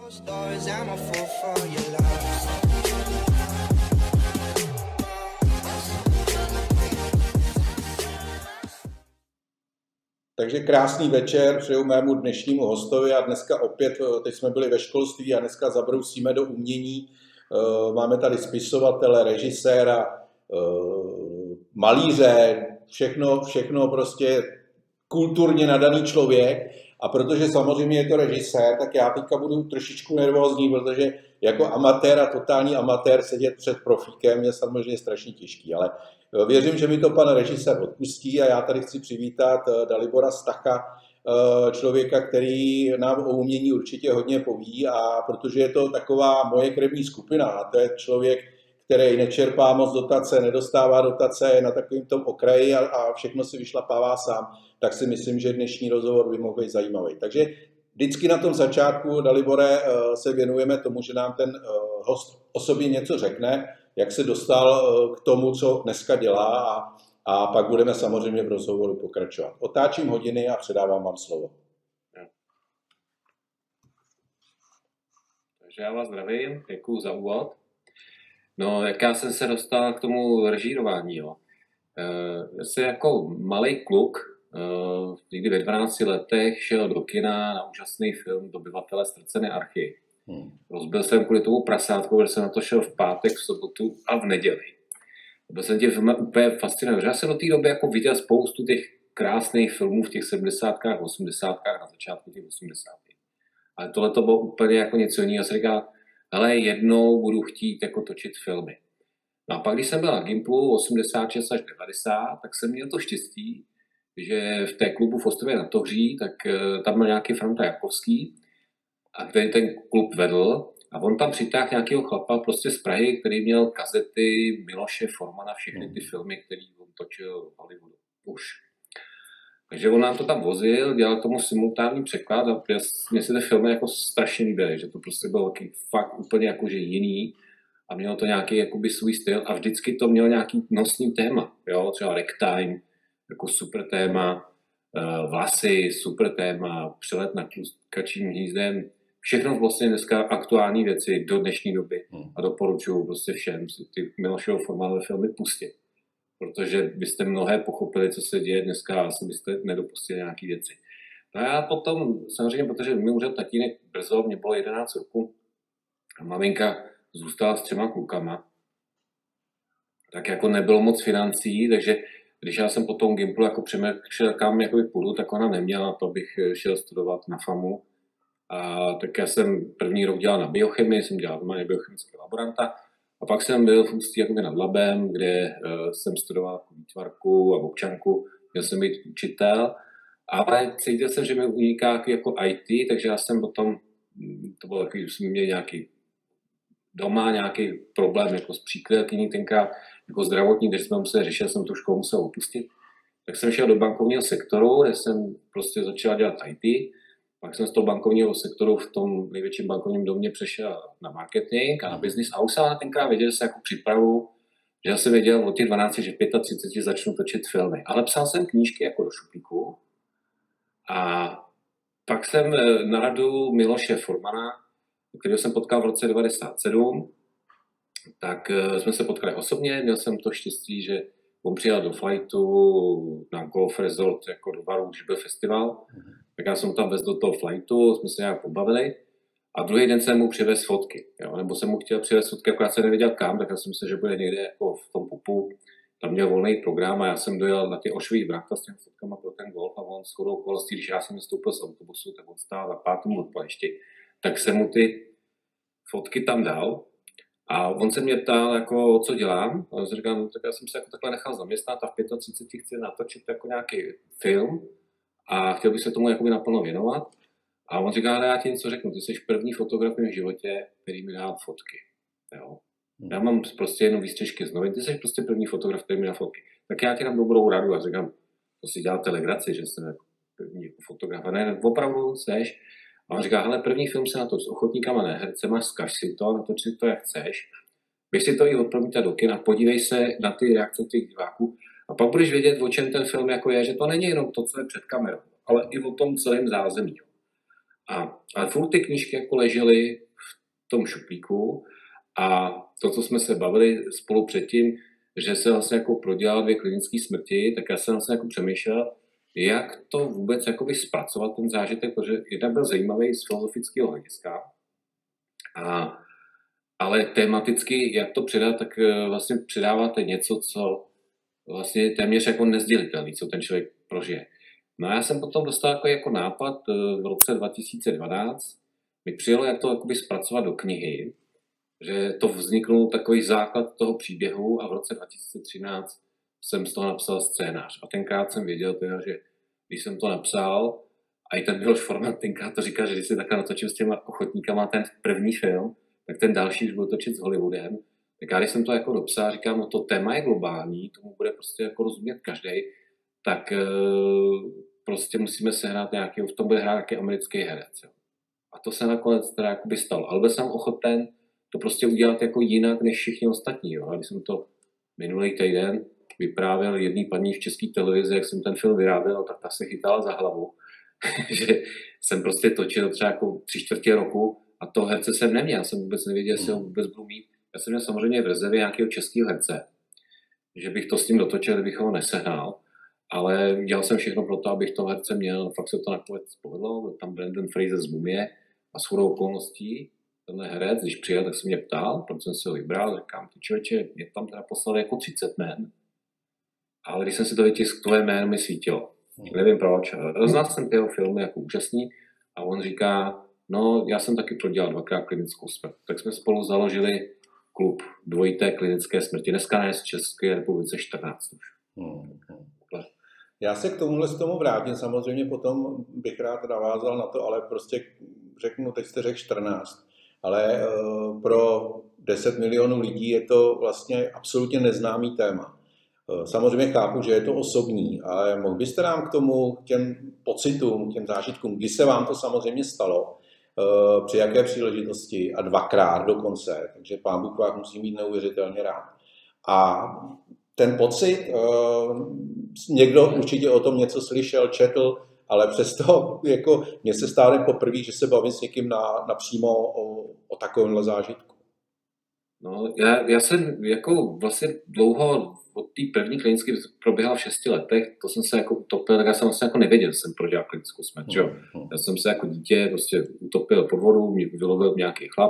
Takže krásný večer přeju mému dnešnímu hostovi a dneska opět, teď jsme byli ve školství a dneska zabrousíme do umění. Máme tady spisovatele, režiséra, malíře, všechno prostě kulturně nadaný člověk. A protože samozřejmě je to režisér, tak já teďka budu trošičku nervózní, protože jako amatér a totální amatér sedět před profíkem je samozřejmě strašně těžký, ale věřím, že mi to pan režisér odpustí a já tady chci přivítat Dalibora Stacha, člověka, který nám o umění určitě hodně poví, a protože je to taková moje krevní skupina, a to je člověk, který nečerpá moc dotace, nedostává dotace, je na takovém tom okraji a všechno si vyšlapává sám, tak si myslím, že dnešní rozhovor by mohl být zajímavý. Takže vždycky na tom začátku, Dalibore, se věnujeme tomu, že nám ten host o sobě něco řekne, jak se dostal k tomu, co dneska dělá, a pak budeme samozřejmě v rozhovoru pokračovat. Otáčím hodiny a předávám vám slovo. Takže já vás zdravím, děkuju za úvod. No, jak já jsem se dostal k tomu režírování, jo. Já jsem jako malý kluk, někdy ve 12 letech šel do kina na úžasný film Dobyvatele ztracené archy. Rozbil jsem kvůli tomu prasátku, protože jsem na to šel v pátek, v sobotu a v neděli. Byl jsem tím filmem úplně fascinující. Já jsem do té doby jako viděl spoustu těch krásných filmů v těch 70. 80. na začátku těch 80. Ale tohle to bylo úplně jako něco jiného. Já jsem říkal, hele, jednou budu chtít jako točit filmy. No a pak, když jsem byl na Gimplu 86 až 90, tak jsem měl to štěstí, že v té klubu v Ostrově nad Ohří, tak tam byl nějaký Franta Jakovský, a který ten klub vedl, a on tam přitáhl nějakého chlapa prostě z Prahy, který měl kazety Miloše Formana, všechny ty filmy, které on točil v Hollywoodu už. Takže on nám to tam vozil, dělal tomu simultánní překlad a mě se ty filmy jako strašně líbily, že to prostě bylo fakt úplně jakože jiný a mělo to nějaký jakoby svůj styl a vždycky to mělo nějaký nosný téma, jo, třeba Ragtime, jako super téma, Vlasy, super téma, Přelet nad kačím hnízdem, všechno vlastně dneska aktuální věci do dnešní doby a doporučuji prostě všem ty Milošeho Formanové filmy pustit. Protože byste mnohé pochopili, co se děje dneska, a asi byste nedopustili nějaké věci. No a já potom, samozřejmě, protože mi umřel tatínek brzo, mě bylo 11 roku, a maminka zůstala s 3 klukama, tak jako nebylo moc financí, takže když já jsem po tom Gimplu jako přemýšlel, kam jakoby půjdu, tak ona neměla, to bych šel studovat na FAMu. A tak já jsem první rok dělal na biochemii, jsem dělal normálně biochemického laboranta. A pak jsem byl v Ústí jakoby nad Labem, kde jsem studoval výtvarku a občanku, měl jsem být učitel, ale cítil jsem, že mi uniká jako IT, takže já jsem potom, to bylo takový, že jsme měli nějaký doma nějaký problém jako s příkrylkyní tenkrát, jako zdravotní, takže jsme museli řešit, jsem tu školu musel opustit. Tak jsem šel do bankovního sektoru, kde jsem prostě začal dělat IT. Pak jsem z toho bankovního sektoru v tom největším bankovním domě přešel na marketing a na business house, ale tenkrát věděl, že se jako připravu, že já jsem věděl od těch 12, že 35 začnu točit filmy. Ale psal jsem knížky jako do šuplíku a pak jsem na radu Miloše Formana, kterého jsem potkal v roce 97, tak jsme se potkali osobně, měl jsem to štěstí, že on přijel do Flightu na Golf Resort jako do baru, když byl festival. Tak já jsem tam vezl do toho Flightu, jsme se nějak pobavili a druhý den jsem mu přivez fotky, jo? Nebo jsem mu chtěl přivez fotky, akorát jsem nevěděl kam, tak já jsem myslel, že bude někde jako v tom pupu, tam měl volný program a já jsem dojel na ty ošvých vrata s těmi fotkama pro ten golf a on shodou okolností, když já jsem vystoupil z autobusu, tak on stál na 5. odpolešti, tak jsem mu ty fotky tam dal a on se mě ptal, jako, co dělám, a jsem říkal, no, tak já jsem se jako takhle nechal zaměstnat a v 35 chci natočit jako nějaký film a chtěl bych se tomu jakoby naplno věnovat. A on říká, ale já ti něco řeknu, ty jsi první fotograf v mém životě, který mi dá fotky. Jo? Já mám prostě jenom výstřižky z novin, ty jsi prostě první fotograf, který mi dá fotky. Tak já ti dám dobrou radu a říkám, to si děláte legraci, že jsem jako první jako fotograf. A ne, opravdu seš. A on říká, hele, první film se natoč s ochotníkama, ne hercema, zkaž si to, natoč si to, jak chceš. Běž si to i odpromítat do kina, podívej se na ty reakce těch diváků a pak budeš vědět, o čem ten film jako je, že to není jenom to, co je před kamerou, ale i o tom celém zázemí. Ale furt ty knížky jako ležely v tom šuplíku a to, co jsme se bavili spolu předtím, že se vlastně jako prodělal 2 klinické smrti, tak já jsem vlastně jako přemýšlel, jak to vůbec jakoby zpracovat ten zážitek, protože jednak byl zajímavý z filozofického hlediska, ale tematicky, jak to předat, tak vlastně předáváte něco, co vlastně téměř jako nezdělitelný, co ten člověk prožije. No a já jsem potom dostal jako nápad v roce 2012, mi přijelo, jak to jakoby zpracovat do knihy, že to vzniknul takový základ toho příběhu a v roce 2013 jsem z toho napsal scénář. A tenkrát jsem věděl, teda, že když jsem to napsal, a i ten Miloš Forman tenkrát to říkal, že když si takhle natočil s těma ochotníkama ten první film, tak ten další už byl točit s Hollywoodem. Tak já když jsem to jako dopsal, říkám, no to téma je globální, tomu bude prostě jako rozumět každý, tak prostě musíme sehnat nějaký, v tom bude hrát nějaký americký herec. Jo. A to se nakonec teda jakoby stalo. Ale byl jsem ochoten to prostě udělat jako jinak než všichni ostatní. Jo. A když jsem to minulý týden vyprávěl jedný paní v české televizi, jak jsem ten film vyráběl, tak ta se chytala za hlavu. Že jsem prostě točil třeba jako 3/4 roku a toho herce jsem neměl. Já jsem vůbec nevěděl, jestli ho vůbec budu mít. Já jsem měl samozřejmě v rezervě nějakého českého herce, že bych to s ním dotočil, kdybych ho nesehnal. Ale dělal jsem všechno pro to, abych toho herce měl. Fakt se to nakonec povedlo. Byl tam Brendan Fraser z Mumie a shodou okolností tenhle herec, když přijel, tak se mě ptal, proč jsem se ho vybral. Říkám, ty člověče, mě tam teda poslali jako 30 jmén. Ale když jsem si to vytiskl, tvoje jméno mi svítilo. Nevím proč. Znal jsem ty jeho filmy jako úžasný a on říká, no já jsem taky prodělal 2krát klinickou smrt. Tak jsme spolu založili klub 2. klinické smrti. Dneska ne z České republice 14 už. Já se k tomu vrátím, samozřejmě potom bych rád navázal na to, ale prostě řeknu, teď jste řekl 14, ale pro 10 milionů lidí je to vlastně absolutně neznámý téma. Samozřejmě chápu, že je to osobní, ale mohl byste nám k tomu, k těm pocitům, k těm zážitkům, kdy se vám to samozřejmě stalo, při jaké příležitosti a 2krát dokonce, takže Pán Bůh vás musí mít neuvěřitelně rád. A ten pocit, někdo určitě o tom něco slyšel, četl, ale přesto jako mně se stane poprvé, že se bavím s někým napřímo o takovémhle zážitku. No, já jsem jako vlastně dlouho od té první klinické proběhla v 6 letech, to jsem se jako utopil, tak já jsem vlastně jako nevěděl, že jsem prodělal klinickou smrt, jo. Já jsem se jako dítě prostě utopil pod vodu, mě vylovil nějaký chlap,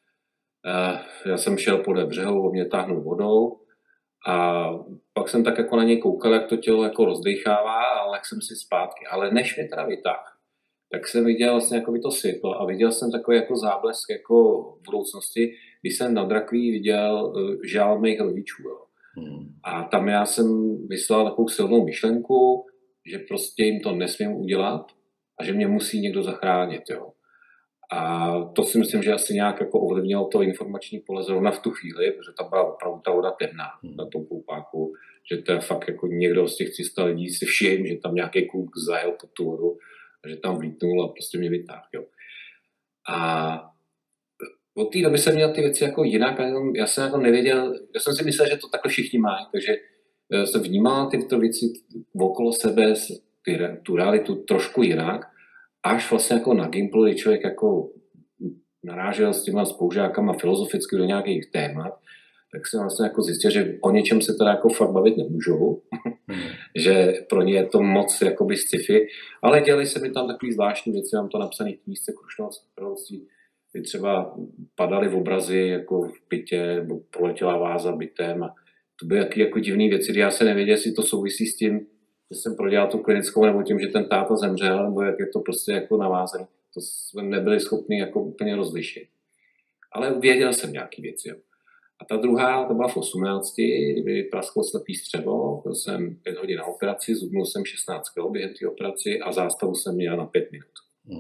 já jsem šel podle břehu, on mě táhnul vodou a pak jsem tak jako na něj koukal, jak to tělo jako rozdechává, ale jak jsem si zpátky, ale než mě teda vytáhl, tak jsem viděl vlastně jako by to světlo a viděl jsem takový jako záblesk jako v budoucnosti, když jsem nad rakví viděl žál mých rodičů. Jo. A tam já jsem vyslal takovou silnou myšlenku, že prostě jim to nesmím udělat a že mě musí někdo zachránit. Jo. A to si myslím, že asi nějak jako ovlivnilo to informační pole zrovna v tu chvíli, protože tam byla opravdu ta voda temná na tom koupáku, že to je fakt jako někdo z těch 300 lidí si všim, že tam nějaký kluk zajel pod tu vodu a že tam vlítnul a prostě mě vytáhl. Jo. A od té doby jsem měl ty věci jako jinak, já jsem jako nevěděl, já jsem si myslel, že to takhle všichni mají, takže jsem vnímal tyto věci okolo sebe, tu realitu trošku jinak, až vlastně jako na Gimplu, kdy člověk jako narážel s těma spolužákama filozoficky do nějakých témat, tak jsem vlastně jako zjistil, že o něčem se teda jako fakt bavit nemůžou, že pro ně je to moc jakoby sci-fi, ale dělají se mi tam takový zvláštní věci, mám to napsané v knížce Krušnovací, kdy třeba padaly v obrazy jako v bytě, nebo proletěla váza bytem a to byly jako divné věci, kdy já se nevěděl, jestli to souvisí s tím, že jsem prodělal tu klinickou, nebo tím, že ten táta zemřel, nebo jak je to prostě jako navázané. To jsme nebyli schopni jako úplně rozlišit. Ale věděl jsem nějaký věci. Jo. A ta druhá, to byla v 18, kdy prasklo slepý střevo, byl jsem 5 hodin na operaci, zubnul jsem 16 kg během té operaci a zástavu jsem měl na 5 minut.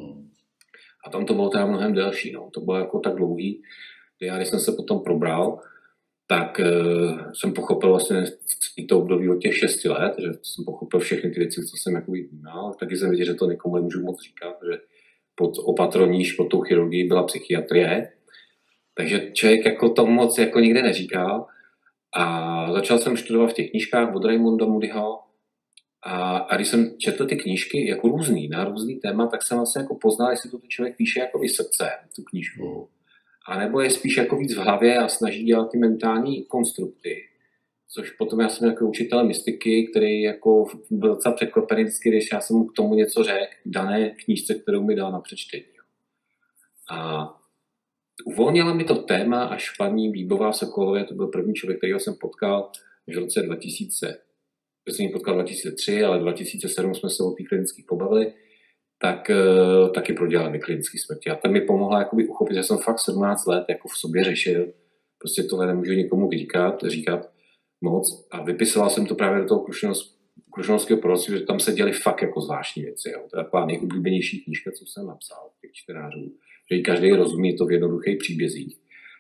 A tam to bylo teda mnohem delší, no. To bylo jako tak dlouhý. Já, když jsem se potom probral, tak jsem pochopil vlastně to období od těch 6 let, že jsem pochopil všechny ty věci, co jsem jako vnímal. Taky jsem viděl, že to nikomu nemůžu moc říkat, že pod opatroníž, pod tou chirurgií byla psychiatrie. Takže člověk jako to moc jako nikdy neříkal. A začal jsem studovat v těch knížkách od Raymonda Moodyho A když jsem četl ty knížky jako různý, na různý téma, tak jsem vlastně jako poznal, jestli to člověk píše jako i srdce, tu knížku. A nebo je spíš jako víc v hlavě a snaží dělat ty mentální konstrukty. Což potom já jsem jako učitel mystiky, který jako byl docela překvapený vždycky, když já jsem mu k tomu něco řekl, dané knížce, kterou mi dal na přečtení. A uvolnila mi to téma až paní Bíbová Sokolová, to byl první člověk, kterýho jsem potkal v roce 2000. Já jsem ji potkal 2003, ale 2007 jsme se o těch klinických pobavili, tak taky prodělal mi klinický smrti. A ta mi pomohla jakoby uchopit, že jsem fakt 17 let jako v sobě řešil, prostě tohle nemůžu nikomu říkat moc. A vypisoval jsem to právě do toho Krušnovského proroctví, že tam se děly fakt jako zvláštní věci. Jo. To je taková nejoblíbenější knížka, co jsem napsal, těch čtenářů. Že ji každý rozumí, to v jednoduchých příbězích.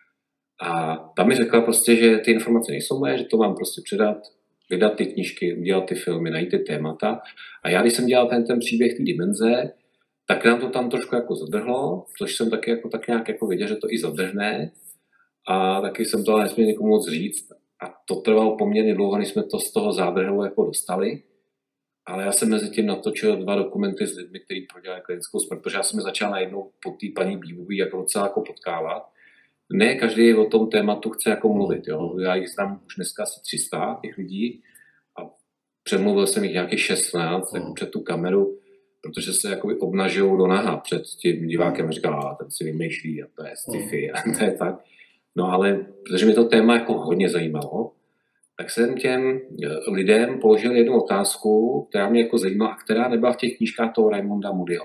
A tam mi řekla prostě, že ty informace nejsou moje, že to mám prostě předat, vydat ty knížky, udělat ty filmy, najít ty témata. A já, když jsem dělal ten příběh té dimenze, tak nám to tam trošku jako zadrhlo, což jsem taky jako, tak nějak jako věděl, že to i zadrhne. A taky jsem to ale nesměl někomu moc říct. A to trvalo poměrně dlouho, než jsme to z toho zádrhlu jako dostali. Ale já jsem mezi tím natočil 2 dokumenty s lidmi, kteří prodělali klinickou smrt, protože já jsem je začal najednou po té paní Bíbové jako docela jako potkávat. Ne každý o tom tématu chce jako mluvit. Jo. Já jich znám už dneska asi 300 těch lidí a přemluvil jsem jich nějakých 16 jako před tu kameru, protože se jakoby obnažují do naha před tím divákem a říká, ten si vymýšlí a to je sci-fi a to je tak. No ale protože mě to téma jako hodně zajímalo, tak jsem těm lidem položil jednu otázku, která mě jako zajímala a která nebyla v těch knížkách toho Raimonda Moodyho.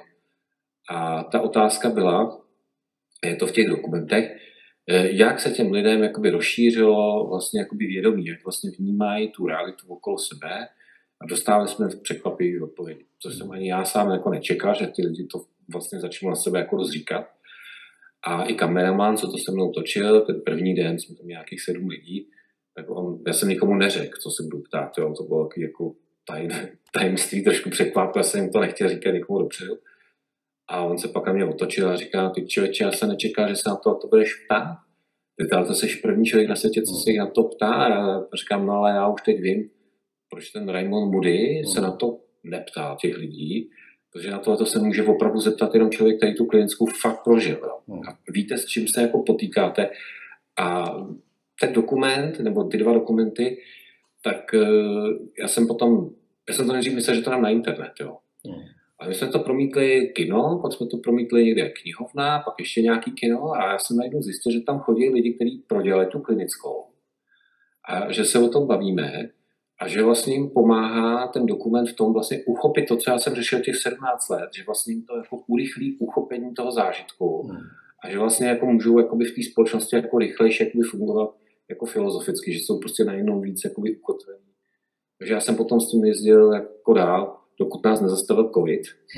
A ta otázka byla, je to v těch dokumentech, jak se těm lidem jakoby rozšířilo vlastně jakoby vědomí, jak vlastně vnímají tu realitu okolo sebe a dostávali jsme překvapivý odpovědi. Což jsem ani já sám jako nečekal, že ty lidi to vlastně začnou na sebe jako rozříkat. A i kameraman, co to se mnou točil, ten první den jsme tam nějakých 7 lidí, tak já jsem nikomu neřekl, co se budu ptát, jo? To bylo jako tajemství, trošku překvapil, jsem jim to nechtěl říkat někomu dopředu. A on se pak na mě otočil a říká, ty člověče, já se nečeká, že se na to budeš ptát. Ty ale to jsi první člověk na světě, co se na to ptá. A já říkám, no ale já už teď vím, proč ten Raimond Moody se na to neptá těch lidí, protože na to se může opravdu zeptat jenom člověk, který tu klinickou fakt prožil. Jo. A víte, s čím se jako potýkáte. A ten dokument, nebo ty 2 dokumenty, tak já jsem to nejdřív myslel, že to dám na internet. Jo. A my jsme to promítli kino, pak jsme to promítli někde knihovna, pak ještě nějaký kino a já jsem najednou zjistil, že tam chodí lidi, kteří prodělali tu klinickou a že se o tom bavíme a že vlastně jim pomáhá ten dokument v tom vlastně uchopit to, co já jsem řešil těch 17 let, že vlastně jim to jako urychlí uchopení toho zážitku a že vlastně jako můžou jakoby v té společnosti jako rychlejší jakoby fungovat jako filozoficky, že jsou prostě najednou víc jakoby ukotvení. Takže já jsem potom s tím jezdil jako dál, dokud nás nezastavil covid.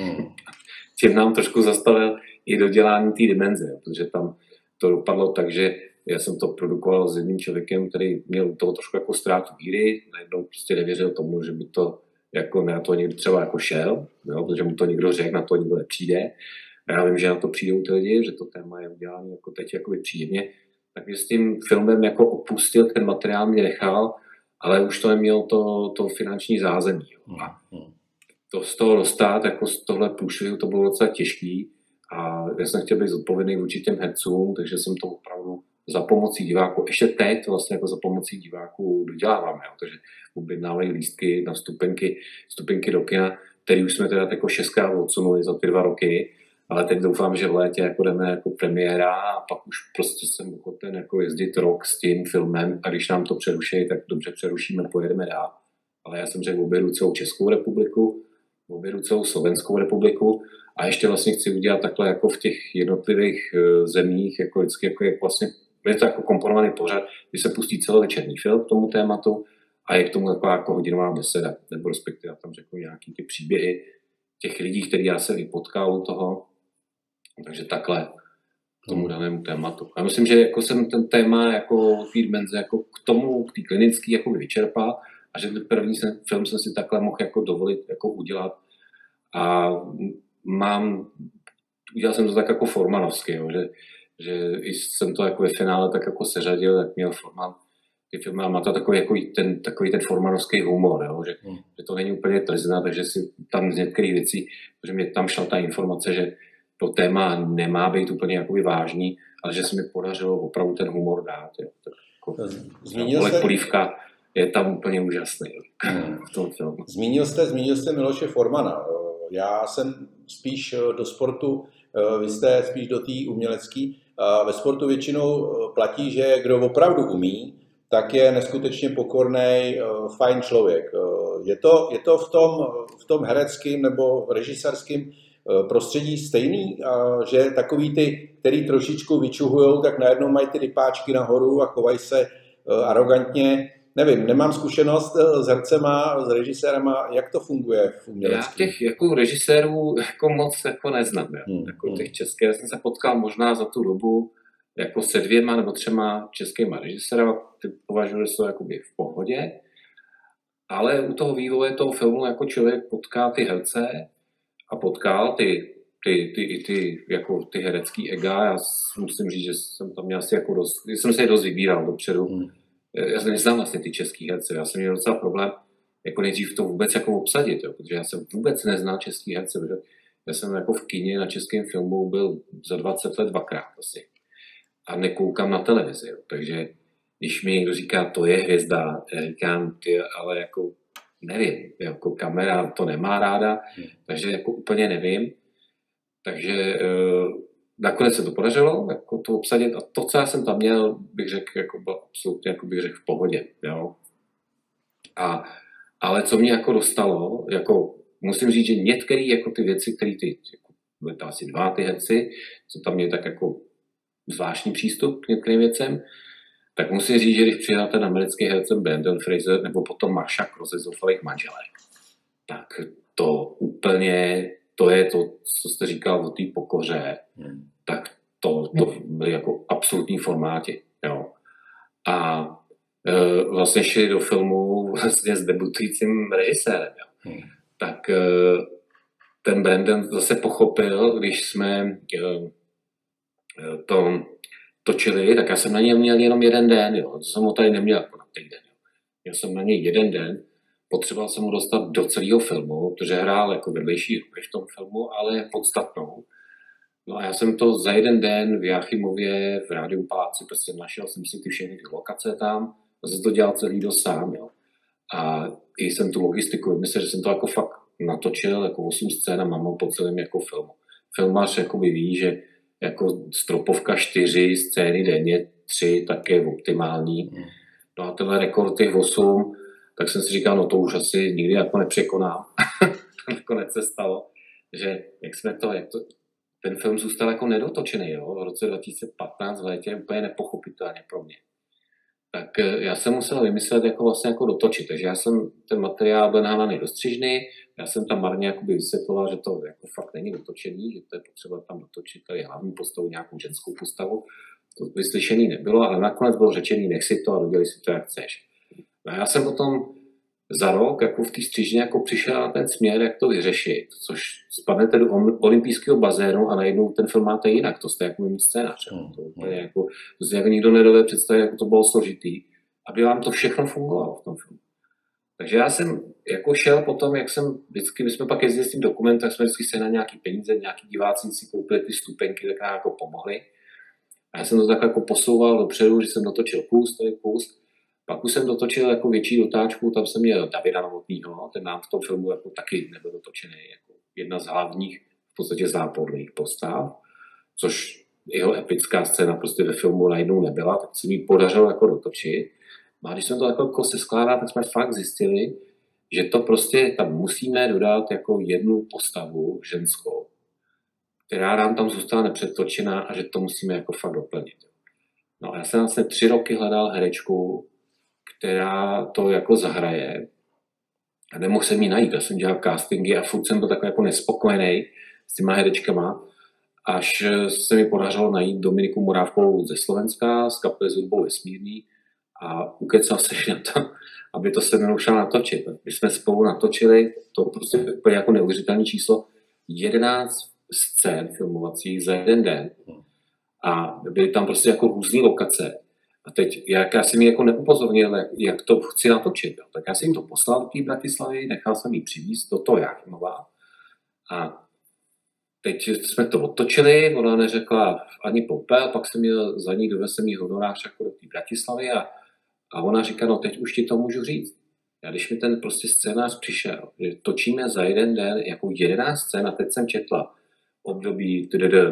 Tím nám trošku zastavil i dodělání té dimenze, protože tam to dopadlo tak, že já jsem to produkoval s jedním člověkem, který měl toho trošku jako ztrátu víry, najednou prostě nevěřil tomu, že by to jako na to někdo třeba jako šel, jo, protože mu to někdo řekl, na to nikdo nepřijde. A já vím, že na to přijdou ty lidi, že to téma je udělané jako teď jakoby příjemně. Takže s tím filmem jako opustil, ten materiál mě nechal, ale už to nemělo to finanční zázemí. A to z toho dostat, jako z tohle průšvihu, to bylo docela těžký a já jsem chtěl být zodpovědný vůči těm hercům, takže jsem to opravdu za pomocí diváků, ještě teď vlastně jako za pomocí diváků dodělávám, jo. Takže objednávají lístky na vstupenky do kina, který už jsme teda jako 6krát odsunuli za ty 2 roky, ale teď doufám, že v létě jako jdeme jako premiéra a pak už prostě jsem ochoten jako jezdit rok s tím filmem a když nám to přeruší, tak dobře přerušíme, pojedeme dál. Ale já jsem řekl, objedu celou Českou republiku, objedu celou Slovenskou republiku a ještě vlastně chci udělat takhle jako v těch jednotlivých zemích, jako vždycky jako je vlastně, je to jako komponovaný pořad, kdy se pustí celovečerní film k tomu tématu a je k tomu taková jako hodinová beseda, nebo respektive tam řeknu nějaký ty příběhy těch lidí, který já se vypotkal u toho, takže takhle k tomu danému tématu. A myslím, že jako jsem ten téma jako té dimenze jako k té klinické jako vyčerpal a že první film jsem si takhle mohl jako dovolit jako udělat a udělal jsem to tak jako formanovsky, jo, že i jsem to jako ve finále tak jako seřadil, jak měl Forman ty filmy a má to takový ten formanovský humor, jo? Že to není úplně trzina, takže si tam z některých věcí, protože mě tam šla ta informace, že to téma nemá být úplně jakoby vážný, ale že se mi podařilo opravdu ten humor dát. Jo? Tak jako, Oleg Polívka je tam úplně úžasný v tom filmu. Zmínil jste Miloše Formana. Já jsem spíš do sportu, vy jste spíš do té umělecký. Ve sportu většinou platí, že kdo opravdu umí, tak je neskutečně pokorný, fajn člověk. Je to v tom hereckém nebo režisérském prostředí stejný, že takový ty, který trošičku vyčuhujou, tak najednou mají ty rypáčky nahoru a chovají se arrogantně. Nevím, nemám zkušenost s hercema, s režisérama, jak to funguje v uměleckém? Já těch jako režisérů jako moc jako neznám. Jako těch českých jsem se potkal možná za tu dobu jako se 2 nebo 3 českýma režisérama, ty považuji, že jsou jakoby v pohodě, ale u toho vývoje toho filmu jako člověk potká ty herce a potkal ty herecký ega. Já musím říct, že jsem tam měl asi jako jsem se je dost vybíral dopředu. Já jsem neznám vlastně ty český herce, já jsem měl docela problém jako nejdřív to vůbec jako obsadit, jo, protože já jsem vůbec neznal český herce, protože já jsem jako v kině na českém filmu byl za 20 let 2krát asi a nekoukám na televizi, jo, takže když mi někdo říká, to je hvězda, já říkám, ale jako nevím, jako kamera to nemá ráda, takže jako úplně nevím, takže nakonec se to podařilo, jako to obsadit a to, co já jsem tam měl, bych řekl, jako byl absolutně, jako bych řekl, v pohodě, jo. Ale co mě jako dostalo, jako musím říct, že některé jako ty věci, které jako, byly to asi 2 ty herci, co tam měli tak jako zvláštní přístup k některým věcem, tak musím říct, že když přijel ten americký hercem Brandon Fraser nebo potom Maša Kroz ze Zoufalých manželek, tak to úplně, to je to, co jste říkal o té pokoře, tak to byly jako absolutní formáty, jo. A vlastně šli do filmu vlastně s debutujícím režisérem, jo. Tak ten Brandon zase pochopil, když jsme to točili, tak já jsem na něj měl jenom 1 den, jo. To jsem ho tady neměl jako na týden. Měl jsem na něj 1 den, potřeboval jsem ho dostat do celého filmu, protože hrál jako vedlejší roli v tom filmu, ale podstatnou. No a já jsem to za 1 den v Jáchymově v Rádiu Paláci prostě našel jsem si ty všechny ty lokace tam a jsem to dělal celý dost sám, jo. A i jsem tu logistiku vymyslel, že jsem to jako fakt natočil, jako 8 scén a mám po celém jako filmu. Filmař jakoby ví, že jako stropovka 4 scény denně, 3 tak je optimální. No a tenhle rekord těch 8, tak jsem si říkal, no to už asi nikdy jako nepřekonám. Nakonec se stalo, že ten film zůstal jako nedotočený, jo, v roce 2015 v létě úplně nepochopitelně pro mě. Tak já jsem musel vymyslet jako vlastně jako dotočit, takže já jsem ten materiál byl nahraný do střižny, já jsem tam marně jakoby vysvětloval, že to jako fakt není dotočený, že to je potřeba tam dotočit tady hlavní postavu, nějakou ženskou postavu. To vyslyšený nebylo, ale nakonec bylo řečený, nech si to a dodělej si to, jak chceš. No a já jsem potom za rok jako v té střižně jako přišel na ten směr, jak to vyřešit, což spadnete do olympijského bazénu a najednou ten film máte jinak, to jste jako mít scénář. To úplně jako, to si jako nikdo nedovede představit, jako to bylo složitý, aby vám to všechno fungovalo v tom filmu. Takže já jsem jako šel potom, jak jsem vždycky, my jsme pak jezdili s tím dokumentem, tak jsme vždycky se na nějaký peníze, nějaký diváci si koupili ty stupenky, tak nám jako pomohli. A já jsem to tak jako posouval dopředu, že jsem dotočil kus. Pak už jsem dotočil jako větší dotáčku, tam jsem měl Davida Novotnýho, ten nám v tom filmu jako taky nebyl dotočený, jako jedna z hlavních, v podstatě záporných postav, což jeho epická scéna prostě ve filmu najednou nebyla, tak se mi podařilo jako dotočit. A když jsme to jako se skládá, tak jsme fakt zjistili, že to prostě tam musíme dodat jako jednu postavu ženskou, která nám tam zůstala nepředtočená a že to musíme jako fakt doplnit. No a já jsem vlastně 3 roky hledal herečku, která to jako zahraje a nemohl jsem ji najít. Já jsem dělal castingy a furt jsem byl takový jako nespokojený s těma herečkama, až se mi podařilo najít Dominiku Morávkovou ze Slovenska z kapely s hudbou Vesmírný a ukecal se na to, aby to se mnou šel natočit. My jsme spolu natočili, to prostě úplně jako neuvěřitelné číslo, 11 scén filmovacích za 1 den a byly tam prostě jako různý lokace. A teď, já jsem ji jako neupozornil, jak to chci natočit. Jo. Tak já jsem jim to poslal do té Bratislavy, nechal jsem ji přivízt do toho Jáchymova. A teď jsme to otočili, ona neřekla ani popel, pak jsem měl za ní, dovezl jsem jí honorář jako do té Bratislavy a ona říká, no teď už ti to můžu říct. Já když mi ten prostě scénář přišel, že točíme za jeden den jako 11 scén a teď jsem četla období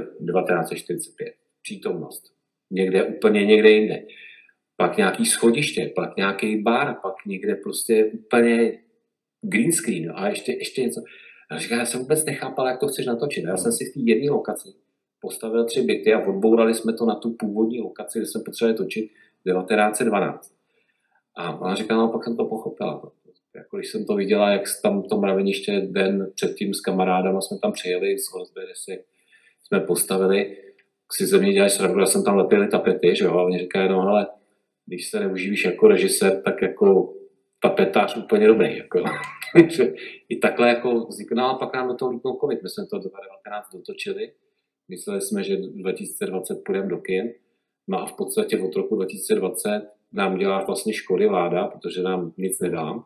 1945, přítomnost, úplně někde jinde. Pak nějaký schodiště, pak nějaký bar, pak někde prostě úplně green screen a ještě něco. A říká, já jsem vůbec nechápal, jak to chceš natočit. Já jsem si v té jedné lokaci postavil 3 byty a odbourali jsme to na tu původní lokaci, kde jsme potřebovali točit 1912. A ona říká, no pak jsem to pochopila. Jako když jsem to viděla, jak tam to mraveniště den předtím s kamarádama jsme tam přijeli, z OSB, kde jsme postavili, si ze mě dělají srandu, já jsem tam lepili tapety, že jo, a oni říkají, no ale když se neuživíš jako režisér, tak jako tapetář úplně dobrý. Jako. I takhle jako vzniknul, a pak nám do toho lítnul covid. My jsme to 2019 dotočili, mysleli jsme, že 2020 půjdeme do kin, no a v podstatě od roku 2020 nám dělá vlastně škody vláda, protože nám nic nedá.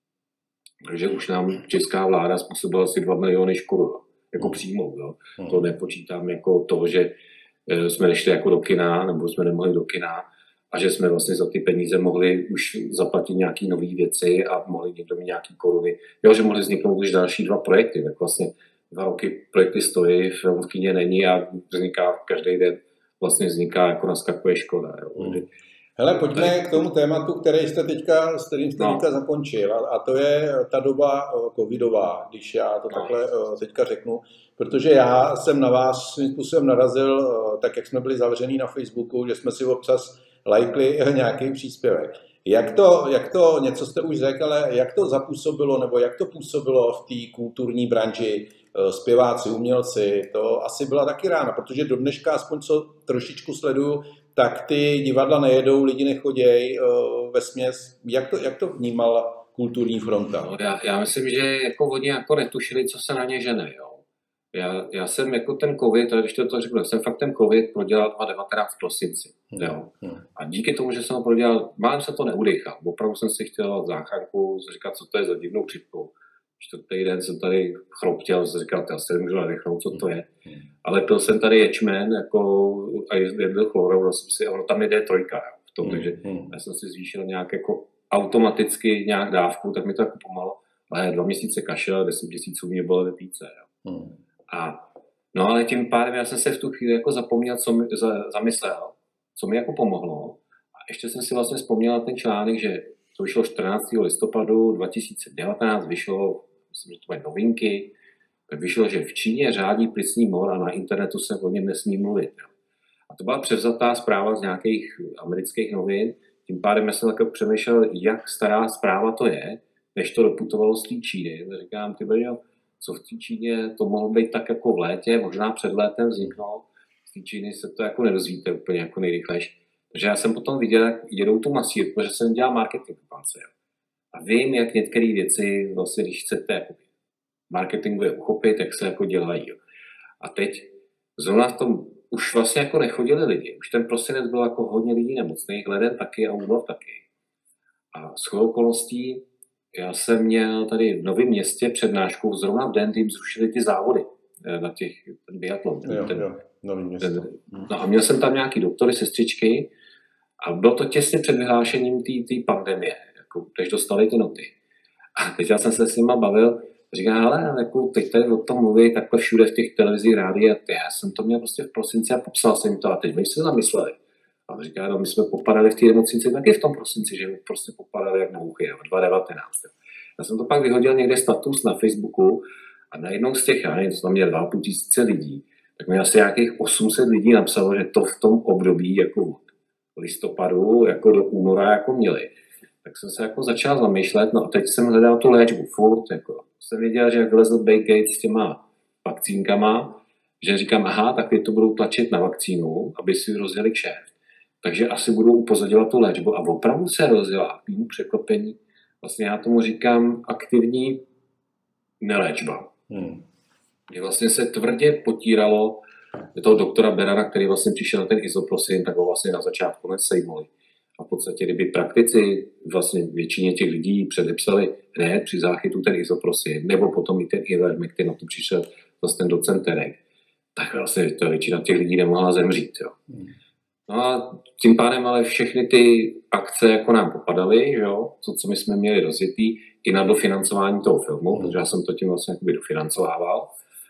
Takže už nám česká vláda způsobila asi 2 miliony škodu, jako přímou. Jo. To nepočítám jako to, že jsme nešli jako do kina, nebo jsme nemohli do kina, a že jsme vlastně za ty peníze mohli už zaplatit nějaké nové věci a mohli někdo mít nějaké koruny. Jo, že mohli vzniknout už další 2 projekty, tak vlastně 2 roky projekty stojí, film v kině není a vzniká každý den, vlastně vzniká jako naskakuje škoda. Jo. Hele, pojďme k tomu tématu, s kterým jste teďka zakončil, a to je ta doba covidová, když já to takhle teďka řeknu, protože já jsem na vás svým způsobem narazil, tak jak jsme byli zavřený na Facebooku, že jsme si občas lajkli nějaký příspěvek. Jak to, něco jste už řekl, ale jak to zapůsobilo, nebo jak to působilo v té kulturní branži, zpěváci, umělci, to asi byla taky rána, protože do dneška, aspoň co trošičku sleduju, tak ty divadla nejedou, lidi nechodějí vesměs. Jak to vnímala kulturní fronta? No, já myslím, že jako oni jako netušili, co se na ně žene. Jo. Já jsem jako ten covid, a když to řeknu, jsem fakt ten covid prodělal 2019 v prosinci. Jo. A díky tomu, že jsem ho prodělal, málem se to neudechal. Opravdu jsem si chtěl záchranku, říkat, co to je za divnou chřipkou. 4. den jsem tady chroptěl, jsem říkal, já se nemůžu nadechnout, co to je. Ale pil jsem tady ječmen, jako, a jedl chlorou, jsem si, ono tam jde 3 v tom, takže já jsem si zvýšil nějak jako automaticky nějak dávku, tak mi to jako pomohlo. Ale 2 měsíce kašel, 10 měsíců mě bylo více. No ale tím pádem já jsem se v tu chvíli jako zapomněl, zamyslel, co mi jako pomohlo. A ještě jsem si vlastně vzpomněl na ten článek, že to vyšlo 14. listopadu 2019, vyšlo, myslím, že to byly novinky, tak vyšlo, že v Číně řádí plicní mor a na internetu se o něm nesmí mluvit. A to byla převzatá zpráva z nějakých amerických novin, tím pádem já jsem tak přemýšlel, jak stará zpráva to je, než to doputovalo z té Číny. Tak říkám, ty brďo, co v té Číně, to mohlo být tak jako v létě, možná před létem vzniklo, z té Číny se to jako nedozvíte úplně jako nejrychlejš. Takže já jsem potom viděl, jak jedou tu masírku, protože jsem dělal marketing v bance. A vím, jak některé věci, vlastně, když chcete jako marketingově uchopit, jak se jako dělají. Jo. A teď zrovna v tom už vlastně jako nechodili lidi. Už ten prosinec byl jako hodně lidí nemocných, leden taky a únor taky. A shodou okolností já jsem měl tady v Novém Městě přednášku, zrovna v den, kdy jim zrušili ty závody na ten biatlon. Nový Město. No a měl jsem tam nějaký doktory, sestřičky a bylo to těsně před vyhlášením té pandemie, jako, když dostali ty noty. A teď já jsem se s nima bavil, říkám, ale jako teď tady o tom mluví takhle všude v těch televizích, rádi a já jsem to měl prostě v prosinci a popsal jsem jim to a teď my se zamysleli. A říká, no my jsme popadali v té nemocnici taky v tom prosinci, že prostě popadali jak mouchy, 2019. Já jsem to pak vyhodil někde status na Facebooku a najednou z těch, já nevím, to tam měl 2 500 lidí, tak mi asi nějakých 800 lidí napsalo, že to v tom období jako od listopadu jako do února jako měli. Tak jsem se jako začal zamýšlet, no a teď jsem hledal tu léčbu furt, jako jsem věděl, že jak vylezl Bill Gates s těma vakcínkama, že říkám, aha, tak ty to budou tlačit na vakcínu, aby si rozjeli kšeft. Takže asi budou upozadovat tu léčbu a opravdu se rozjela k mému překvapení. Vlastně já tomu říkám aktivní neléčba. Kdy vlastně se tvrdě potíralo toho doktora Berana, který vlastně přišel na ten izoprosin, tak ho vlastně na začátku nesejmuli. A v podstatě, kdyby praktici vlastně většině těch lidí předepsali hned při záchytu ten izoprosin, nebo potom i ten Ivermectin, na to přišel vlastně ten docent Terek, tak vlastně to většina těch lidí nemohla zemřít. Jo. No a tím pádem ale všechny ty akce jako nám popadaly, jo, to, co my jsme měli rozjetý, i na dofinancování toho filmu, protože já jsem to tím vlastně dofinancovával.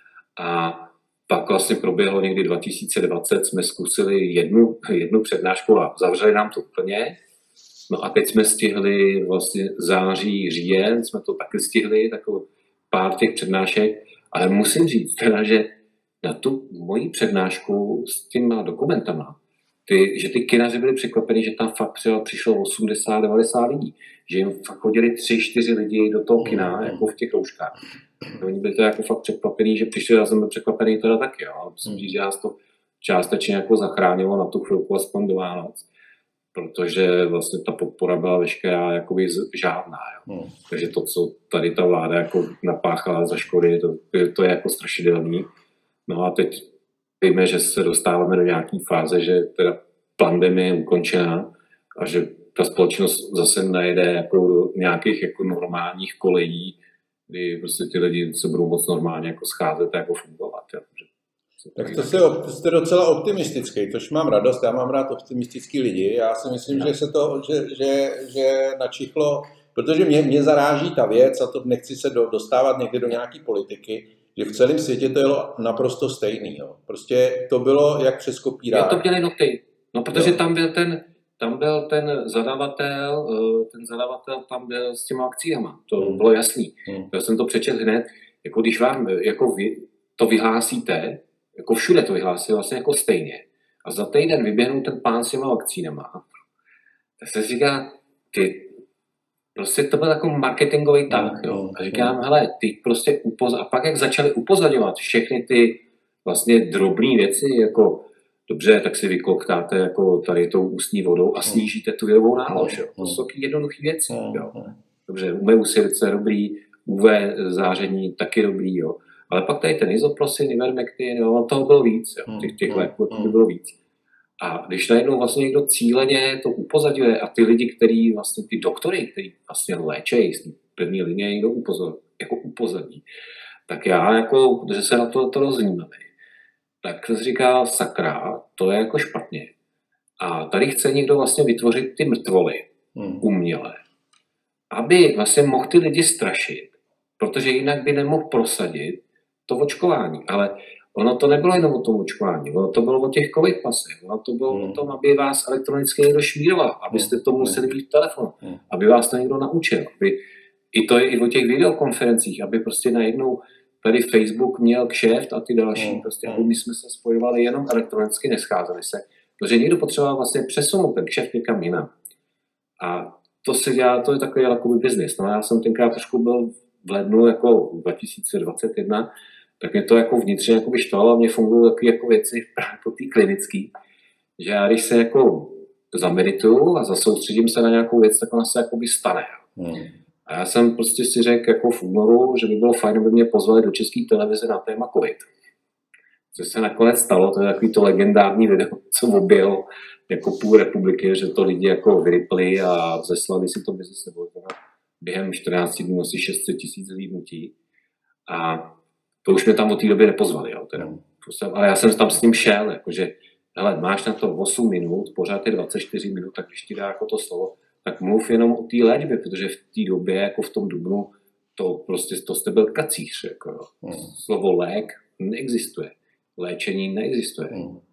A pak vlastně proběhlo někdy 2020, jsme zkusili jednu přednášku a zavřeli nám to úplně. No a teď jsme stihli vlastně září, říjen, jsme to taky stihli, takový pár těch přednášek, ale musím říct teda, že na tu moji přednášku s těma dokumentama, že ty kinaři byli překvapeni, že tam fakt přišlo 80-90 lidí, že jim fakt chodili 3-4 lidi do toho kina, jako v těch rouškách. Oni byli to jako fakt překvapení, že přišli, já jsem byl překvapený teda taky, jo. Musím říct, že nás to částečně jako zachránilo na tu chvilku aspoň do Vánoc, protože vlastně ta podpora byla veškerá jakoby žádná, jo. Takže to, co tady ta vláda jako napáchala za škody, to je jako strašidelný. No a teď víme, že se dostáváme do nějaké fáze, že teda pandemie je ukončená a že ta společnost zase najede jako do nějakých jako normálních kolejí, kdy prostě ty lidi se budou moc normálně jako scházet a jako fungovat. Jo. Tak to jste docela optimistický, tož mám radost, já mám rád optimistický lidi. Já si myslím, že se to, že načichlo, protože mě zaráží ta věc, a to nechci se dostávat někdy do nějaký politiky, že v celém světě to bylo naprosto stejný. Jo. Prostě to bylo jak přes kopírák. Já to měli noty, no protože tam byl ten zadavatel tam byl s těma akciama, to bylo jasný. Já jsem to přečetl hned, jako když vám jako vy to vyhlásíte, jako všude to vyhlásí vlastně jako stejně. A za týden vyběhnou ten pán s těma vakcínama. Tak se říká, prostě to byl jako marketingový tah, jo. A říkám, hele, ty prostě a pak jak začali upozorňovat všechny ty vlastně drobné věci, jako dobře, tak si vykoktáte jako tady tou ústní vodou a snížíte tu virovou nálož, jo. To jsou taky jednoduché věci, jo. Dobře, UV silice dobrý, UV záření taky dobrý, jo. Ale pak tady ten izoprosin, Ivermectin, jo, toho bylo víc, jo. Těch léků bylo víc. A když najednou vlastně někdo cíleně to upozadňuje a ty lidi, ty doktory, kteří vlastně léčejí z první linie, někdo upozadí, tak já jako, že se na to roznímám, tak se říká, sakra, to je jako špatně. A tady chce někdo vlastně vytvořit ty mrtvoly uměle, aby vlastně mohl ty lidi strašit, protože jinak by nemohl prosadit to očkování. Ale ono to nebylo jenom o tom očkování, ono to bylo o těch covid pasech, ono to bylo o tom, aby vás elektronicky někdo šmíroval, abyste to museli mít v telefonu, aby vás to někdo naučil. To je i o těch videokonferencích, aby prostě najednou tady Facebook měl kšeft a ty další, prostě, aby my jsme se spojovali jenom elektronicky, nescházeli se, protože někdo potřeboval vlastně přesunout ten kšeft někam jinam. A to se dělá, to je takový jakoby biznis. No já jsem tenkrát trošku byl v lednu jako 2021, tak mě to jako vnitřně jako štvalo a mě fungují takové jako věci právě po té klinický, že já když se jako zamedituju a zasoustředím se na nějakou věc, tak ona se jakoby stane. A já jsem prostě si řekl jako v únoru, že by bylo fajn, aby mě pozvali do České televize na téma COVID. Co se nakonec stalo, to je takový to legendární video, co objel jako půl republiky, že to lidi jako vyrypli a zeslali si to mezi sebou. Během 14 dnů asi 600 000 zhlídnutí. A to už mě tam od té doby nepozvali, jo, teda. Ale já jsem tam s ním šel, jakože, hele, máš na to 8 minut, pořád je 24 minut, tak když ti dá jako to slovo, tak mluv jenom o té léčbě, protože v té době, jako v tom dubnu, to jste byl kacíř, jako, slovo lék neexistuje, léčení neexistuje.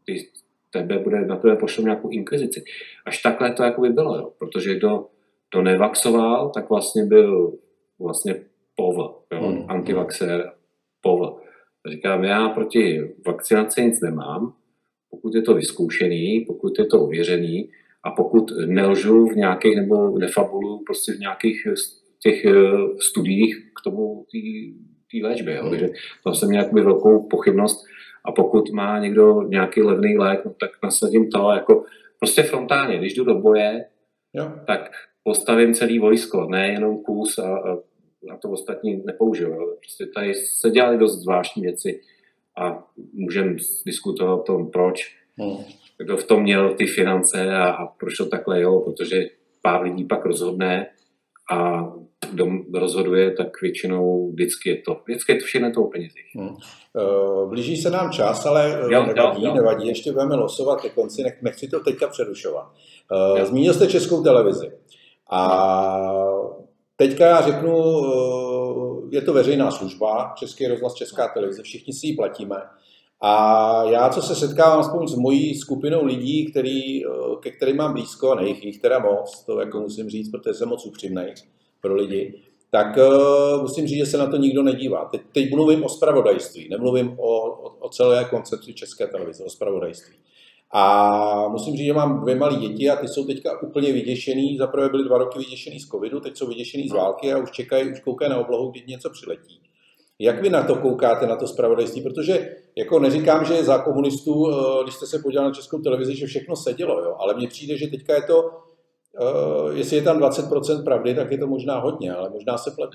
Na tebe pošlou nějakou inkvizici. Až takhle to jako by bylo, jo, protože kdo nevaxoval, tak vlastně byl vlastně POV, jo, antivaxér, POV. Říkám, já proti vakcinaci nic nemám, pokud je to vyzkoušený, pokud je to ověřený a pokud nelžu v nějakých nebo nefabuluju prostě v nějakých těch studiích k tomu té léčbě. Jo. Takže tam jsem měl jakoby velkou pochybnost a pokud má někdo nějaký levný lék, no, tak nasadím to jako prostě frontálně. Když jdu do boje, tak postavím celý vojsko, ne jenom kus a to ostatní nepoužiju. Jo. Prostě tady se dělaly dost zvláštní věci a můžeme diskutovat o tom, proč. Kdo v tom měl ty finance a proč to takhle, jo, protože pár lidí pak rozhodne a kdo rozhoduje, tak většinou vždycky je to všechno to o penězích. Blíží se nám čas, ale nevadí, ještě budeme losovat ke konci, nechci to teďka přerušovat. Zmínil jste Českou televizi a teďka já řeknu, je to veřejná služba, Český rozhlas, Česká televize, všichni si ji platíme. A já, co se setkávám aspoň s mojí skupinou lidí, ke kterým mám blízko, a jich teda moc, to jako musím říct, protože jsem moc upřímnej pro lidi, tak musím říct, že se na to nikdo nedívá. Teď mluvím o zpravodajství, nemluvím o celé koncepci České televize, o zpravodajství. A musím říct, že mám 2 malé děti a ty jsou teďka úplně vyděšený. Zaprvé byly 2 roky vyděšený z covidu, teď jsou vyděšený z války a už koukají na oblohu, kdy něco přiletí. Jak vy na to koukáte, na to zpravodajství? Protože jako neříkám, že za komunistů, když jste se podívali na Českou televizi, že všechno sedělo, jo? Ale mně přijde, že teďka je to, jestli je tam 20% pravdy, tak je to možná hodně, ale možná se pletu.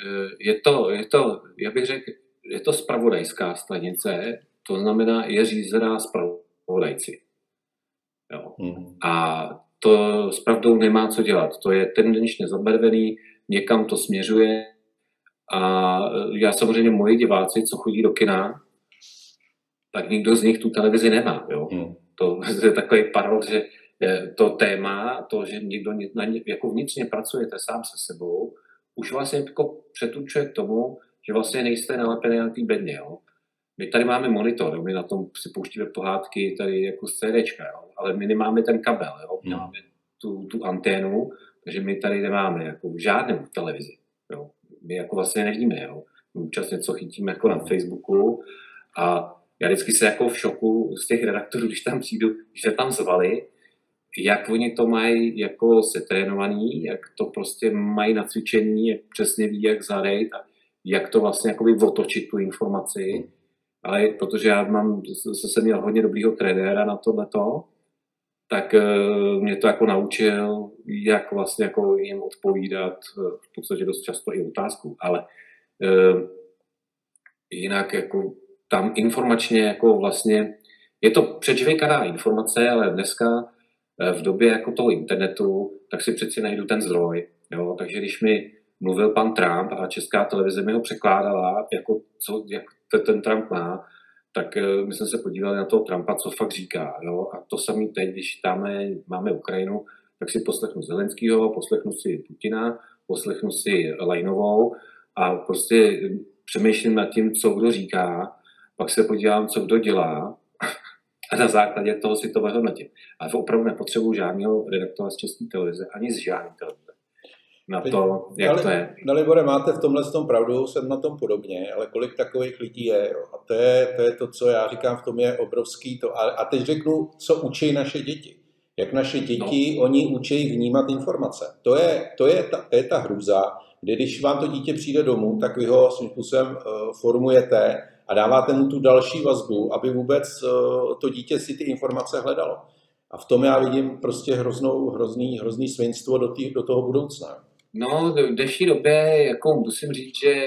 Já bych řekl, je to zpravodajská stanice, to znamená, je řízená zpravodajci. Jo. A to s pravdou nemá co dělat. To je tendenčně zabarvený, někam to směřuje. A já samozřejmě moji diváci, co chodí do kina, tak nikdo z nich tu televizi nemá. Jo? To je takový paradox, že to téma, to, že někdo jako vnitřně pracujete sám se sebou, už vlastně jako přetučuje k tomu, že vlastně nejste nalepený na té bedně. Jo? My tady máme monitor, my na tom si pouštíme pohádky tady jako z CDčka, jo? Ale my nemáme ten kabel, jo? My máme tu anténu, takže my tady nemáme jako žádnou televizi. Jo? My jako vlastně nevíme, jo. My občas něco chytíme jako na Facebooku a já vždycky se jako v šoku z těch redaktorů, když tam přijdu, když se tam zvali, jak oni to mají jako setrénovaný, jak to prostě mají nacvičení, jak přesně ví, jak zadejt a jak to vlastně jakoby otočit tu informaci. Ale protože já jsem měl hodně dobrýho trenéra na tohleto, tak mě to jako naučil, jak vlastně jako jim odpovídat, v podstatě dost často i otázku, ale jinak jako tam informačně jako vlastně, je to předžvejkaná informace, ale dneska v době jako toho internetu, tak si přeci najdu ten zdroj, jo, takže když mi mluvil pan Trump a Česká televize mi ho překládala, jako jak ten Trump má, tak my jsme se podívali na toho Trumpa, co fakt říká. Jo? A to samé teď, když máme Ukrajinu, tak si poslechnu Zelenskýho, poslechnu si Putina, poslechnu si Lajnovou a prostě přemýšlím nad tím, co kdo říká, pak se podívám, co kdo dělá a na základě toho si to vyhodnotím. Ale opravdu nepotřebuji žádného redaktora z České televize, ani z žádné televize. Na to, jak to je. Dalibore, máte v tomhle tom pravdu, jsem na tom podobně, ale kolik takových lidí je. Jo? A to je to, co já říkám, v tom je obrovský to. A teď řeknu, co učí naše děti. Jak naše děti, oni učí vnímat informace. To je ta hrůza, kdy když vám to dítě přijde domů, tak vy ho svým způsobem formujete a dáváte mu tu další vazbu, aby vůbec to dítě si ty informace hledalo. A v tom já vidím prostě hrozný svinstvo do toho budoucna. No, v dnešní době jako musím říct, že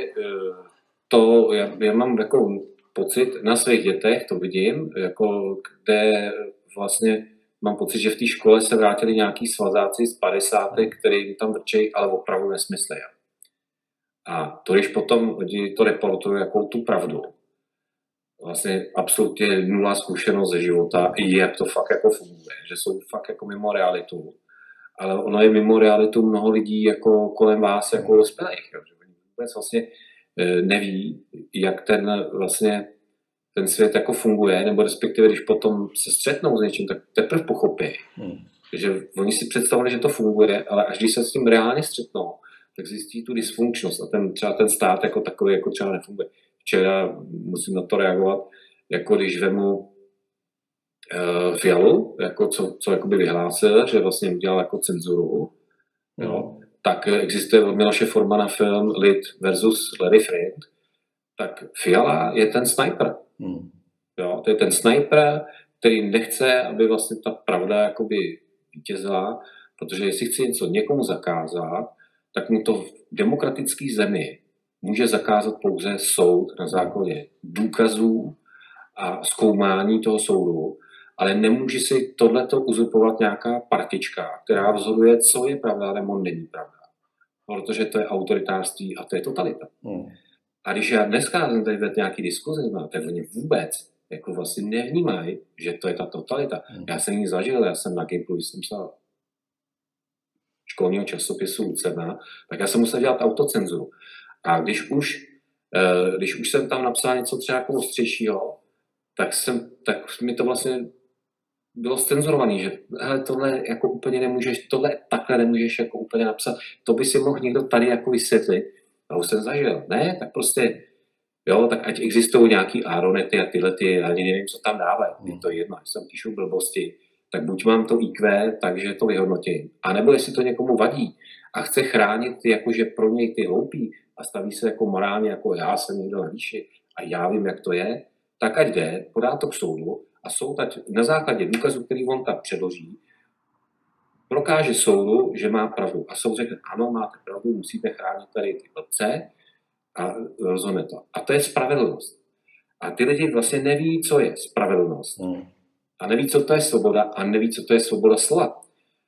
to já mám jako pocit na svých dětech, to vidím, jako kde vlastně mám pocit, že v té škole se vrátili nějaký svazáci z 50, který tam vrčejí, ale opravdu nesmyslejí. A to, když potom lidi to reportují jako tu pravdu, vlastně absolutně nula zkušenost ze života, jak to fakt jako funguje, že jsou fakt jako mimo realitu. Ale ono je mimo realitu mnoho lidí jako kolem vás jako dospělých, že oni vůbec vlastně neví, jak ten svět jako funguje, nebo respektive, když potom se střetnou s něčím, tak teprve pochopí. Takže oni si představili, že to funguje, ale až když se s tím reálně střetnou, tak zjistí tu dysfunkčnost a třeba ten stát jako takový jako třeba nefunguje. Včera musím na to reagovat, jako když vemu Fialu, jako co jakoby vyhlásil, že vlastně udělal jako cenzuru, jo, tak existuje od Miloše Formana film Lid versus Larry Flynt, tak Fiala je ten sniper. Jo, to je ten sniper, který nechce, aby vlastně ta pravda jakoby vítězila, protože jestli chce něco někomu zakázat, tak mu to v demokratické zemi může zakázat pouze soud na základě důkazů a zkoumání toho soudu. ale nemůže si tohleto uzurpovat nějaká partička, která rozhoduje, co je pravda nebo není pravda. Protože to je autoritářství a to je totalita. A když já dneska jsem tady vedl nějaký diskuze, tak oni vůbec jako vlastně nevnímají, že to je ta totalita. Já jsem ji zažil, já jsem na Gimplu, když jsem psal školního časopisu Lucerna, tak já jsem musel dělat autocenzuru. A když už jsem tam napsal něco třeba jako ostřejšího, tak mi to vlastně bylo cenzurovaný, že hele, tohle jako úplně nemůžeš, tohle takhle nemůžeš jako úplně napsat, to by si mohl někdo tady jako vysvětlit. A už jsem zažil. Ne, tak prostě, jo, tak ať existují nějaký Aronety a tyhle, ani nevím, co tam dávají. Je to jedno, když jsem píšu blbosti, tak buď mám to IQ, takže to vyhodnotím. A nebo jestli to někomu vadí a chce chránit ty, jakože pro něj ty hloupí a staví se jako morálně, jako já jsem někdo na výši a já vím, jak to je, tak ať jde, podá to k soudu a soud ať na základě důkazů, který on tam předloží, prokáže soudu, že má pravdu. A soud řekne, ano, máte pravdu, musíte chránit tady ty blbce a rozhodne to. A to je spravedlnost. A ty lidi vlastně neví, co je spravedlnost. A neví, co to je svoboda a neví, co to je svoboda slova.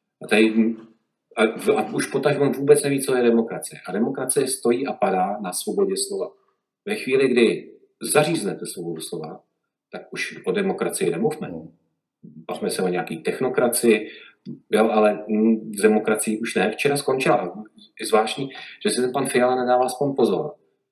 A už potažmo vůbec neví, co je demokracie. A demokracie stojí a padá na svobodě slova. Ve chvíli, kdy zaříznete svobodu slova, tak už o demokracii nemluvme. Bavme se o nějaký technokracii, jo, ale z demokracií už ne. Včera skončila. Je zvláštní, že si ten pan Fiala nedává aspoň pozor.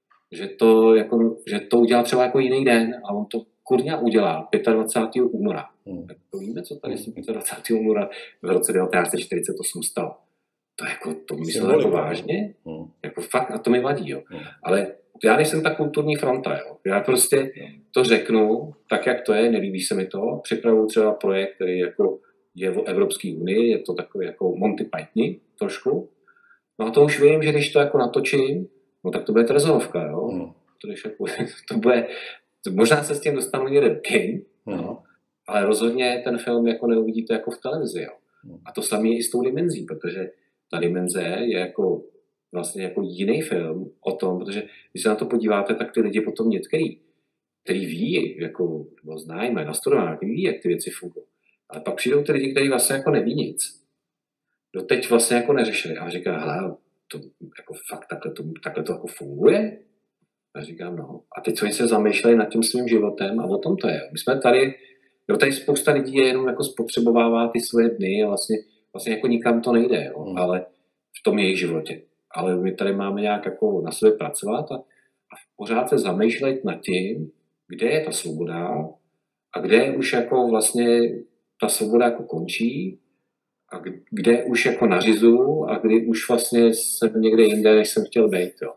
Že to udělal třeba jako jiný den a on to kurňa udělal 25. února. Tak to víme, co tady 25. února v roce 1948 stalo. To myslel jako vážně? Jako fakt, a to mi vadí, jo. Ale já nejsem ta kulturní fronta, jo. Já prostě to řeknu tak, jak to je, nelíbí se mi to. Připravuju třeba projekt, který jako je o Evropské unii, je to takový jako Monty Python trošku. No a to už vím, že když to jako natočím, no tak to bude trezovka, jo. To bude, možná se s tím dostanu jeden king, no, ale rozhodně ten film jako neuvidíte jako v televizi, jo. A to samé je i s tou dimenzí, protože ta dimenze je jako vlastně jako jiný film o tom, protože když se na to podíváte, tak ty lidi potom který ví, jako znají, mají nastudované, ví, jak ty věci fungují. Ale pak přijdou ty lidi, kteří vlastně jako neví nic. Doteď vlastně jako neřešili. A říká, hele, to jako fakt takhle to jako funguje? A říkám, no. A teď oni se zamýšlejí nad tím svým životem a o tom to je. My jsme tady spousta lidí je jenom jako spotřebovává ty svoje dny a vlastně jako nikam to nejde, jo? Ale v tom jejich životě. Ale my tady máme nějak jako na sebe pracovat a pořád se zamýšlet nad tím, kde je ta svoboda a kde už jako vlastně ta svoboda jako končí a kde už jako nařizuju a kdy už vlastně jsem někde jinde, než jsem chtěl být, jo.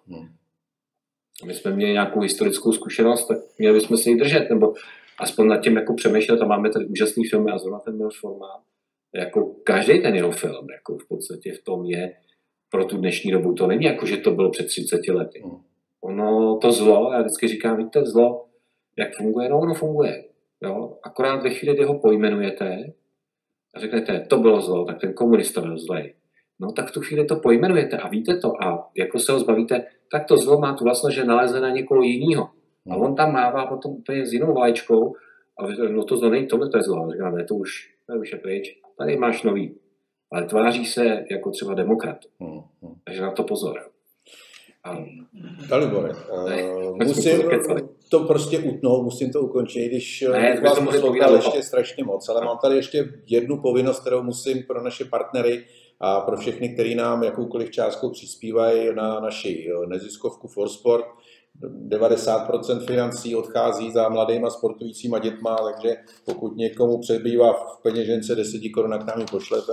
My jsme měli nějakou historickou zkušenost, tak měli bychom se ji držet, nebo aspoň nad tím jako přemýšlet a máme tady úžasný filmy a zrovna ten Miloš Forman, jako každý ten jeho film, jako v podstatě v tom je pro tu dnešní dobu, to není jako, že to bylo před 30 lety. Ono, to zlo, já vždycky říkám, víte, zlo, jak funguje? No, ono funguje, jo. Akorát ve chvíli, kdy ho pojmenujete a řeknete, to bylo zlo, tak ten komunista byl zlej. No, tak v tu chvíli to pojmenujete a víte to a jako se ho zbavíte, tak to zlo má tu vlastnost, že naleze na někoho jiného. A on tam mává potom úplně s jinou vlaječkou a no to zlo není, tohle to je zlo. Říkám, ne, to už je pryč, tady máš nový. Ale tváří se jako třeba demokrat. Takže na to pozor. Dalibore, musím to prostě utnout, musím to ukončit, když vás poslouchal ještě strašně moc, ale mám tady ještě jednu povinnost, kterou musím pro naše partnery a pro všechny, kteří nám jakoukoliv částkou přispívají na naši neziskovku Forsport. 90% financí odchází za mladýma sportujícíma dětma, takže pokud někomu přebývá v peněžence 10 korun, tak nám ji pošlete.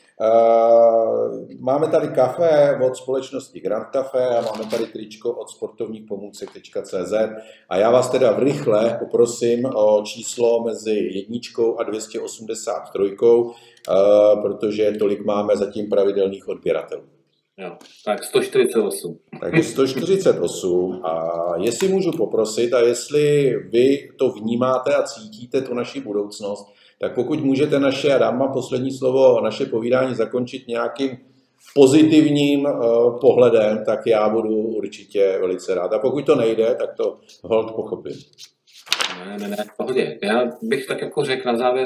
Máme tady kafe od společnosti Grand Café a máme tady tričko od sportovníkpomůcek.cz a já vás teda rychle poprosím o číslo mezi 1 a 283, protože tolik máme zatím pravidelných odběratelů. Jo, tak 148. Takže 148 a jestli můžu poprosit a jestli vy to vnímáte a cítíte tu naši budoucnost, tak pokud můžete naše, a dám vám poslední slovo, naše povídání zakončit nějakým pozitivním pohledem, tak já budu určitě velice rád. A pokud to nejde, tak to holt pochopím. Ne, v pohodě. Já bych tak jako řekl na závěr,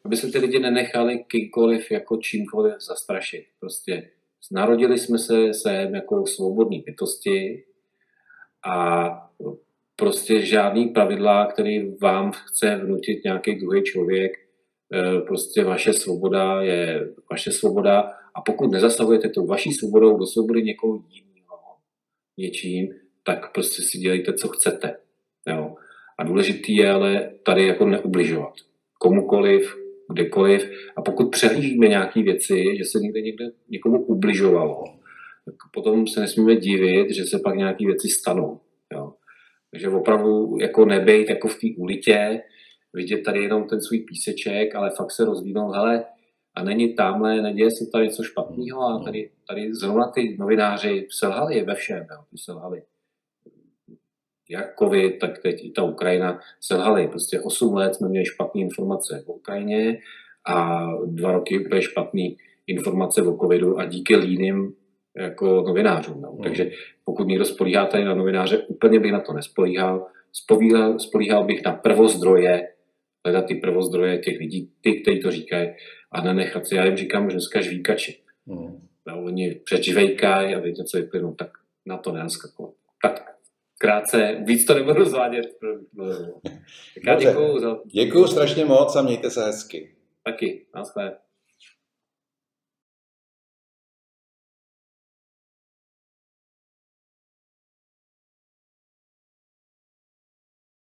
aby se ty lidi nenechali kýmkoliv jako čímkoliv zastrašit. Prostě narodili jsme se sem jako svobodní bytosti a prostě žádný pravidla, který vám chce vnutit nějaký druhý člověk, prostě vaše svoboda je vaše svoboda a pokud nezasahujete tou vaší svobodou do svobody někoho jiného něčím, tak prostě si dělejte, co chcete. Jo. A důležitý je ale tady jako neubližovat komukoliv, kdekoliv. A pokud přehlížíme nějaké věci, že se někde někomu ubližovalo, tak potom se nesmíme divit, že se pak nějaké věci stanou. Jo. Takže opravdu jako nebejt jako v té ulitě, vidět tady jenom ten svůj píseček, ale fakt se rozvínout, hele, a není tamhle, neděje se tady něco špatného a tady zrovna ty novináři selhali ve všem, jo, ty selhali. Jak covid, tak teď i ta Ukrajina selhali. Prostě 8 let jsme měli špatné informace o Ukrajině a 2 roky úplně špatné informace o covidu a díky líným jako novinářům. No. Takže pokud někdo spolíhá tady na novináře, úplně bych na to nespolíhal. Spolíhal bych na prvozdroje, hledat ty prvozdroje těch lidí, ty, kteří to říkají, a nenechat si, já jim říkám už dneska žvíkači. No, oni přečvejkají a teď něco vyplynou, tak na to nenaskakovat. Tak krátce, víc to nebudu zvádět. Tak já děkuju Děkuju strašně moc a mějte se hezky. Taky, naschle.